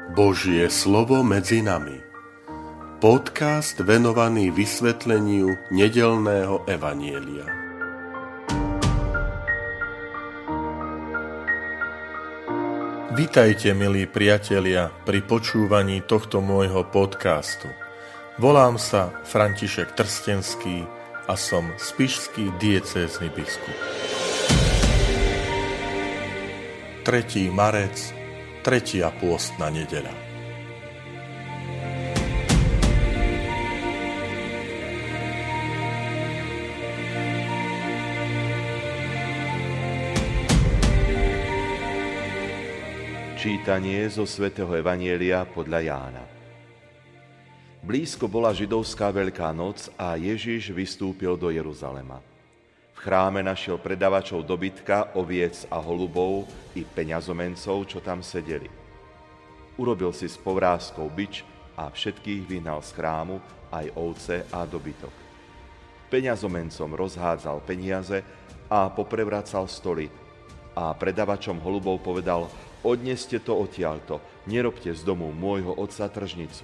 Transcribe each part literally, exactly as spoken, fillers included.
Božie slovo medzi nami. Podcast venovaný vysvetleniu nedeľného evanjelia. Vitajte, milí priatelia, pri počúvaní tohto môjho podcastu. Volám sa František Trstenský a som spišský diecézny biskup. tretí marec, tretia pôstna nedeľa. Čítanie zo svätého Evanjelia podľa Jána. Blízko bola židovská Veľká noc a Ježiš vystúpil do Jeruzalema. V chráme našiel predavačov dobytka, oviec a holubov i peňazomencov, čo tam sedeli. Urobil si s povrázkou bič a všetkých vyhnal z chrámu, aj ovce a dobytok. Peňazomencom rozhádzal peniaze a poprevracal stoly a predavačom holubov povedal: odneste to odtiaľto, nerobte z domu môjho otca tržnicu.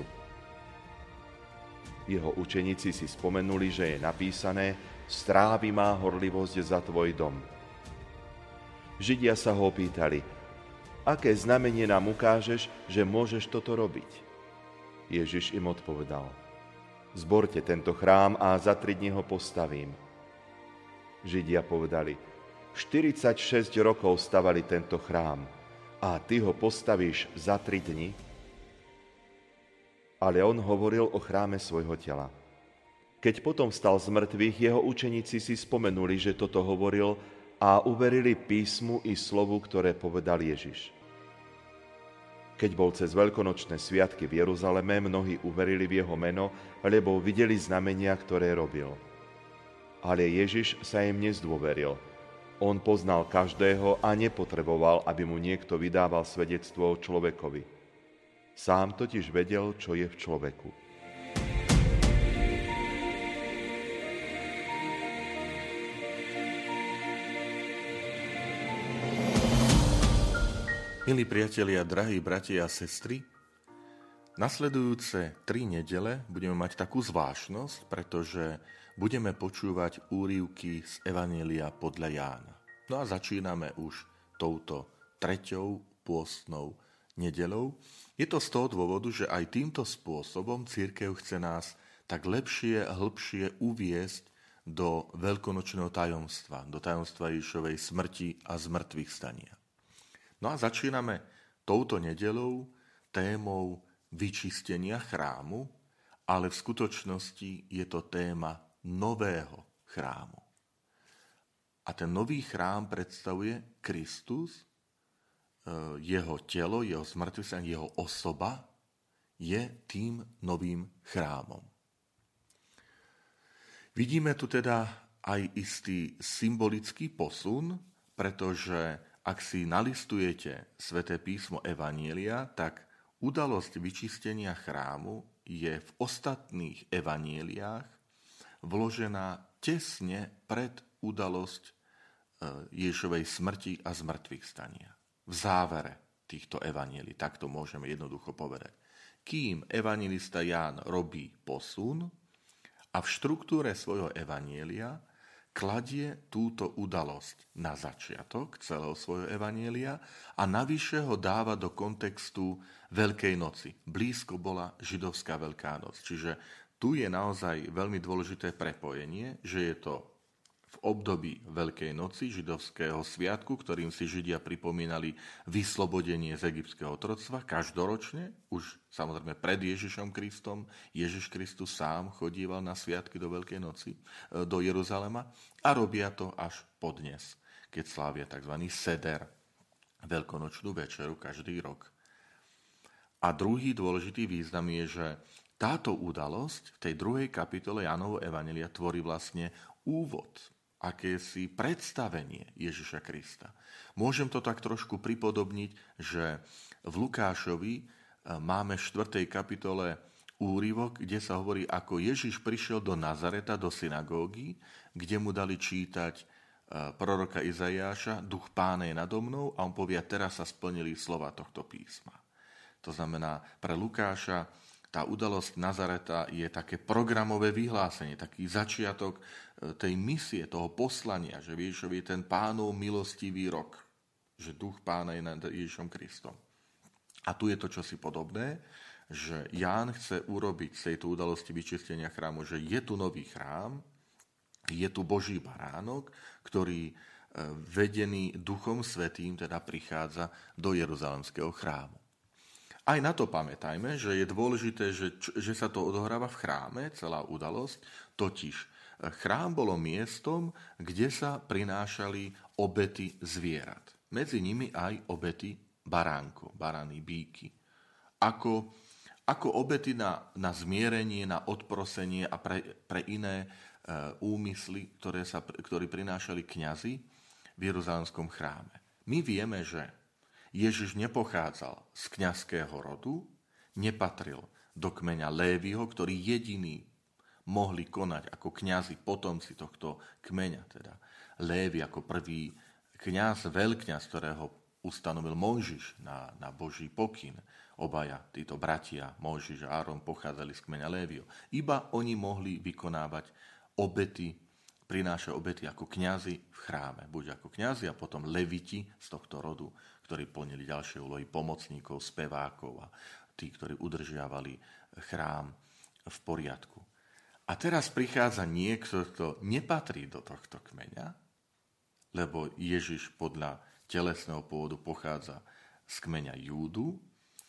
Jeho učeníci si spomenuli, že je napísané: strávi má horlivosť za tvoj dom. Židia sa ho opýtali: aké znamenie nám ukážeš, že môžeš toto robiť? Ježiš im odpovedal: zborte tento chrám a za tri dni ho postavím. Židia povedali: štyridsaťšesť rokov stavali tento chrám a ty ho postavíš za tri dni? Ale on hovoril o chráme svojho tela. Keď potom vstal z mŕtvych, jeho učeníci si spomenuli, že toto hovoril, a uverili písmu i slovu, ktoré povedal Ježiš. Keď bol cez veľkonočné sviatky v Jeruzaleme, mnohí uverili v jeho meno, lebo videli znamenia, ktoré robil. Ale Ježiš sa im nezdôveril. On poznal každého a nepotreboval, aby mu niekto vydával svedectvo o človekovi. Sám totiž vedel, čo je v človeku. Milí priatelia, drahí bratia a sestry, nasledujúce tri nedele budeme mať takú zvláštnosť, pretože budeme počúvať úryvky z Evanjelia podľa Jána. No a začíname už touto treťou pôstnou nedeľou. Je to z toho dôvodu, že aj týmto spôsobom cirkev chce nás tak lepšie a hlbšie uviesť do veľkonočného tajomstva, do tajomstva Ježišovej smrti a zmrtvých stania. No a začíname touto nedeľou témou vyčistenia chrámu, ale v skutočnosti je to téma nového chrámu. A ten nový chrám predstavuje Kristus, jeho telo, jeho zmŕtvychvstanie, jeho osoba je tým novým chrámom. Vidíme tu teda aj istý symbolický posun, pretože ak si nalistujete Sväté písmo Evanjelia, tak udalosť vyčistenia chrámu je v ostatných evanjeliách vložená tesne pred udalosť Ježišovej smrti a zmŕtvychvstania. V závere týchto evanjelií, tak to môžeme jednoducho povedať. Kým evanjelista Ján robí posun a v štruktúre svojho evanjelia kladie túto udalosť na začiatok celého svojho evanjelia a navyše ho dáva do kontextu Veľkej noci. Blízko bola židovská Veľká noc. Čiže tu je naozaj veľmi dôležité prepojenie, že je to v období Veľkej noci, židovského sviatku, ktorým si Židia pripomínali vyslobodenie z egyptského otroctva každoročne, už samozrejme pred Ježišom Kristom. Ježiš Kristus sám chodíval na sviatky do Veľkej noci, do Jeruzalema, a robia to až podnes, keď slávia tzv. Seder, veľkonočnú večeru každý rok. A druhý dôležitý význam je, že táto udalosť v tej druhej kapitole Jánovho evanjelia tvorí vlastne úvod, akési predstavenie Ježiša Krista. Môžem to tak trošku pripodobniť, že v Lukášovi máme v štvrtej kapitole úryvok, kde sa hovorí, ako Ježiš prišiel do Nazareta, do synagógy, kde mu dali čítať proroka Izaiáša, duch Pána je nado mnou, a on povie, teraz sa splnili slova tohto písma. To znamená, pre Lukáša tá udalosť Nazareta je také programové vyhlásenie, taký začiatok tej misie, toho poslania, že Ježišovi je ten Pánov milostivý rok, že duch Pána je nad Ježišom Kristom. A tu je to čosi podobné, že Ján chce urobiť z tejto udalosti vyčistenia chrámu, že je tu nový chrám, je tu Boží baránok, ktorý vedený Duchom Svätým teda prichádza do Jeruzalemského chrámu. Aj na to pamätajme, že je dôležité, že, že sa to odohráva v chráme, celá udalosť, totiž chrám bolo miestom, kde sa prinášali obety zvierat. Medzi nimi aj obety baránkov, barány, bíky. Ako, ako obety na, na zmierenie, na odprosenie a pre, pre iné úmysly, ktoré sa, ktorí prinášali kňazi v Jeruzalemskom chráme. My vieme, že Ježiš nepochádzal z kňazského rodu, nepatril do kmeňa Léviho, ktorí jediní mohli konať ako kňazi, potomci tohto kmeňa. Teda Lévi ako prvý kňaz, veľkňaz, ktorého ustanovil Mojžiš na, na Boží pokyn. Obaja títo bratia, Mojžiš a Áron, pochádzali z kmeňa Léviho. Iba oni mohli vykonávať obety, prináša obety ako kňazi v chráme. Buď ako kňazi a potom leviti z tohto rodu, ktorí plnili ďalšie úlohy pomocníkov, spevákov a tí, ktorí udržiavali chrám v poriadku. A teraz prichádza niekto, kto nepatrí do tohto kmeňa, lebo Ježiš podľa telesného pôvodu pochádza z kmeňa Júdu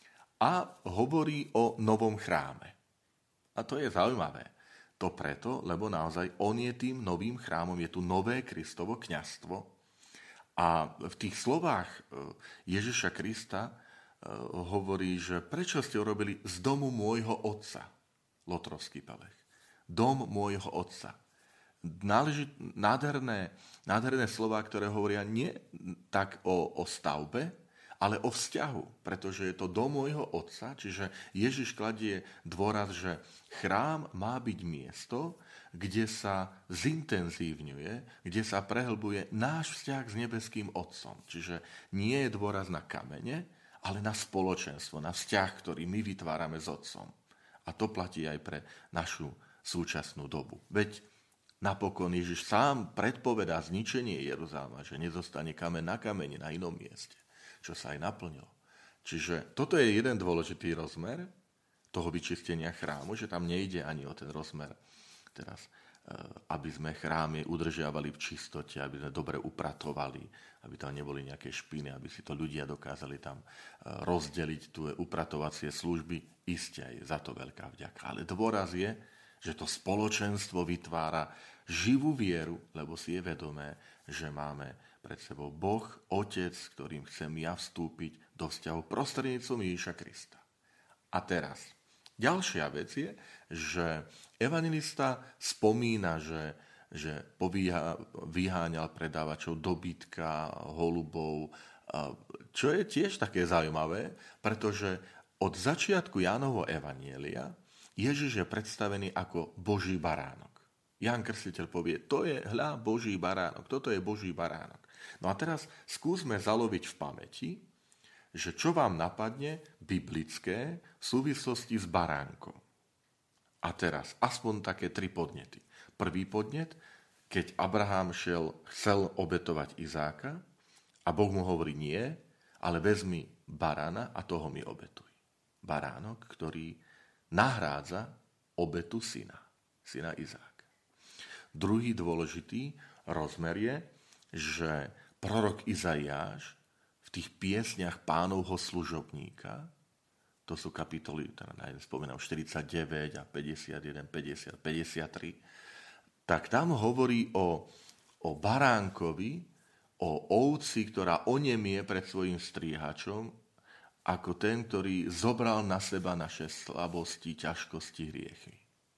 a hovorí o novom chráme. A to je zaujímavé. To preto, lebo naozaj on je tým novým chrámom, je tu nové Kristovo kňazstvo. A v tých slovách Ježiša Krista hovorí, že prečo ste urobili z domu môjho otca, Lotrovský Pelech, dom môjho otca. Náleží, nádherné, nádherné slová, ktoré hovoria nie tak o, o stavbe, ale o vzťahu, pretože je to dom môjho otca, čiže Ježiš kladie dôraz, že chrám má byť miesto, kde sa zintenzívňuje, kde sa prehlbuje náš vzťah s nebeským Otcom. Čiže nie je dôraz na kamene, ale na spoločenstvo, na vzťah, ktorý my vytvárame s Otcom. A to platí aj pre našu súčasnú dobu. Veď napokon Ježiš sám predpovedá zničenie Jeruzalema, že nezostane kameň na kameni na inom mieste, čo sa aj naplnilo. Čiže toto je jeden dôležitý rozmer toho vyčistenia chrámu, že tam nejde ani o ten rozmer teraz, aby sme chrámy udržiavali v čistote, aby sme dobre upratovali, aby tam neboli nejaké špiny, aby si to ľudia dokázali tam rozdeliť tu upratovacie služby. Isté je za to veľká vďaka. Ale dôraz je, že to spoločenstvo vytvára živú vieru, lebo si je vedomé, že máme pred sebou Boh, Otec, ktorým chcem ja vstúpiť do vzťahu prostredníctvom Ježiša Krista. A teraz, ďalšia vec je, že evanjelista spomína, že, že povíha, vyháňal predávačov dobytka, holubov, čo je tiež také zaujímavé, pretože od začiatku Jánovho evanjelia Ježiš je predstavený ako Boží baránok. Ján Krstiteľ povie, to je hľa Boží baránok, toto je Boží baránok. No a teraz skúsme zaloviť v pamäti, že čo vám napadne biblické v súvislosti s baránkom. A teraz aspoň také tri podnety. Prvý podnet, keď Abraham šiel, chcel obetovať Izáka a Boh mu hovorí nie, ale vezmi barána a toho mi obetuj. Baránok, ktorý nahrádza obetu syna, syna Izáka. Druhý dôležitý rozmer je, že prorok Izaiáš v tých piesniach Pánovho služobníka, to sú kapitoly, teda najmä spomínam štyridsaťdeväť a päťdesiatjeden, päťdesiat, päťdesiattri, tak tam hovorí o, o baránkovi, o ovci, ktorá onemie pred svojim striehačom, ako ten, ktorý zobral na seba naše slabosti, ťažkosti, hriechy.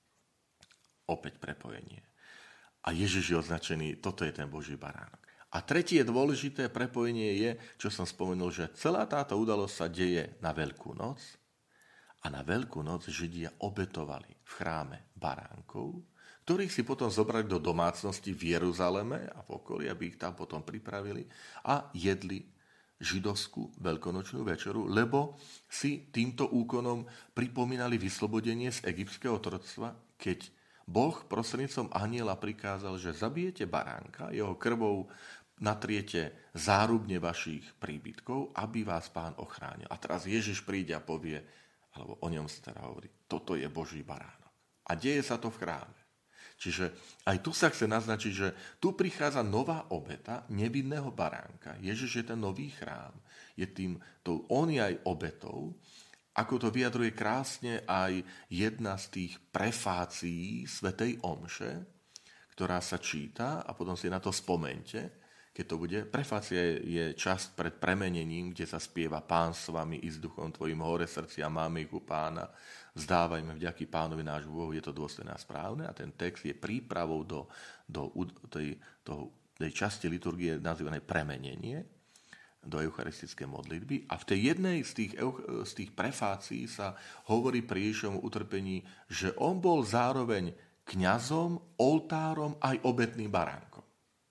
Opäť prepojenie. A Ježiš je označený, toto je ten Boží baránok. A tretie dôležité prepojenie je, čo som spomenul, že celá táto udalosť sa deje na Veľkú noc a na Veľkú noc Židia obetovali v chráme baránkov, ktorých si potom zobrali do domácnosti v Jeruzaleme a v okolí, aby ich tam potom pripravili a jedli židovskú veľkonočnú večeru, lebo si týmto úkonom pripomínali vyslobodenie z egyptského otroctva, keď Boh prostredníctvom anjela prikázal, že zabijete baránka, jeho krvou natriete zárubne vašich príbytkov, aby vás Pán ochránil. A teraz Ježiš príde a povie, alebo o ňom sa teda hovorí, toto je Boží baránok. A deje sa to v chráme. Čiže aj tu sa chce naznačiť, že tu prichádza nová obeta nevinného baránka. Ježiš je ten nový chrám. Je tým, to, on je aj obetou. Ako to vyjadruje krásne aj jedna z tých prefácií svätej omše, ktorá sa číta, a potom si na to spomente, keď to bude. Prefácia je časť pred premenením, kde sa spieva Pán s vami i s duchom tvojim, hore srdcia máme ich u Pána, vzdávajme vďaky Pánovi nášmu Bohu, je to dôstojné a správne. A ten text je prípravou do, do tej, toho, tej časti liturgie nazývanej premenenie, do eucharistické modlitby. A v tej jednej z tých, z tých prefácií sa hovorí pri Ježišovom utrpení, že on bol zároveň kňazom, oltárom aj obetným baránkom.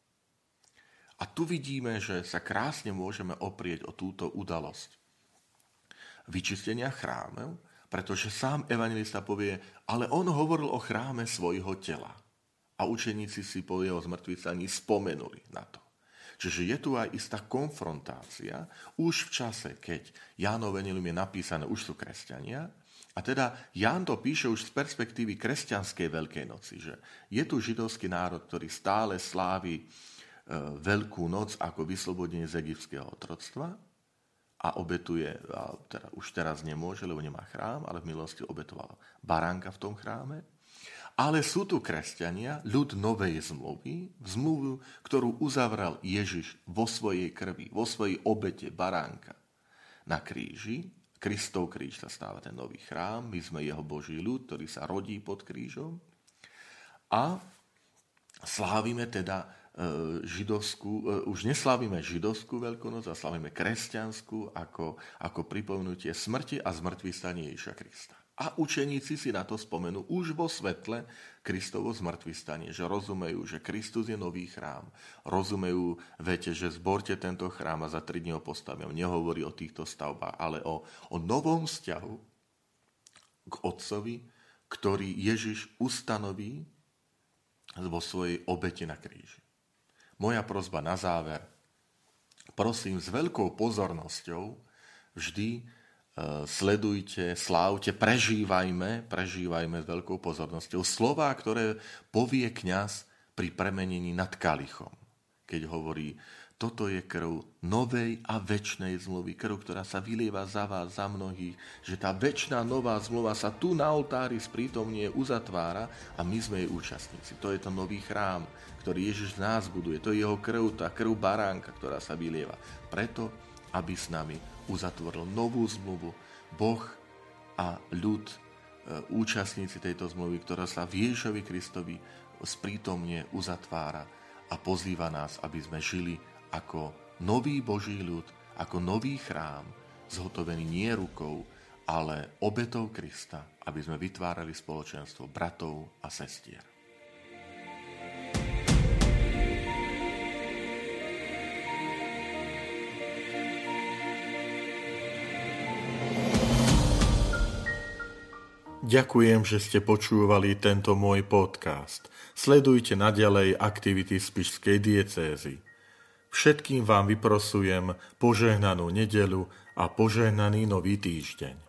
A tu vidíme, že sa krásne môžeme oprieť o túto udalosť vyčistenia chrámov, pretože sám evanjelista povie, ale on hovoril o chráme svojho tela. A učeníci si po jeho zmŕtvychvstaní spomenuli na to. Čiže je tu aj istá konfrontácia, už v čase, keď Jánov evanjelium je napísané, už sú kresťania, a teda Ján to píše už z perspektívy kresťanskej Veľkej noci, že je tu židovský národ, ktorý stále slávi Veľkú noc ako vyslobodenie z egyptského otroctva a obetuje, a teda už teraz nemôže, lebo nemá chrám, ale v milosti obetoval baránka v tom chráme. Ale sú tu kresťania, ľud novej zmluvy, zmluvu, ktorú uzavral Ježiš vo svojej krvi, vo svojej obete baránka na kríži. Kristov kríž sa stáva ten nový chrám, my sme jeho Boží ľud, ktorý sa rodí pod krížom. A slávime teda židovskú, už neslávime židovskú veľkonoc, a slávime kresťanskú ako, ako pripomenutie smrti a zmŕtvychvstania Ježiša Krista. A učeníci si na to spomenú už vo svetle Kristovo zmŕtvychvstanie, že rozumejú, že Kristus je nový chrám. Rozumejú, viete, že zborte tento chrám a za tri dní ho postavím. Nehovorí o týchto stavbách, ale o, o novom vzťahu k Otcovi, ktorý Ježiš ustanoví vo svojej obete na kríži. Moja prosba na záver. Prosím, s veľkou pozornosťou vždy e, sledujte, slávte, prežívajme, prežívajme s veľkou pozornosťou slová, ktoré povie kňaz pri premenení nad kalichom. Keď hovorí, toto je krv novej a večnej zmluvy, krv, ktorá sa vylieva za vás, za mnohých, že tá večná nová zmluva sa tu na oltári sprítomne uzatvára a my sme jej účastníci. To je to nový chrám, ktorý Ježiš z nás buduje. To je jeho krv, tá krv baránka, ktorá sa vylieva. Preto, aby s nami uzatvoril novú zmluvu Boh a ľud, účastníci tejto zmluvy, ktorá sa v Ježišovi Kristovi sprítomne uzatvára a pozýva nás, aby sme žili ako nový Boží ľud, ako nový chrám, zhotovený nie rukou, ale obetou Krista, aby sme vytvárali spoločenstvo bratov a sestier. Ďakujem, že ste počúvali tento môj podcast. Sledujte naďalej aktivity Spišskej diecézy. Všetkým vám vyprosujem požehnanú nedeľu a požehnaný nový týždeň.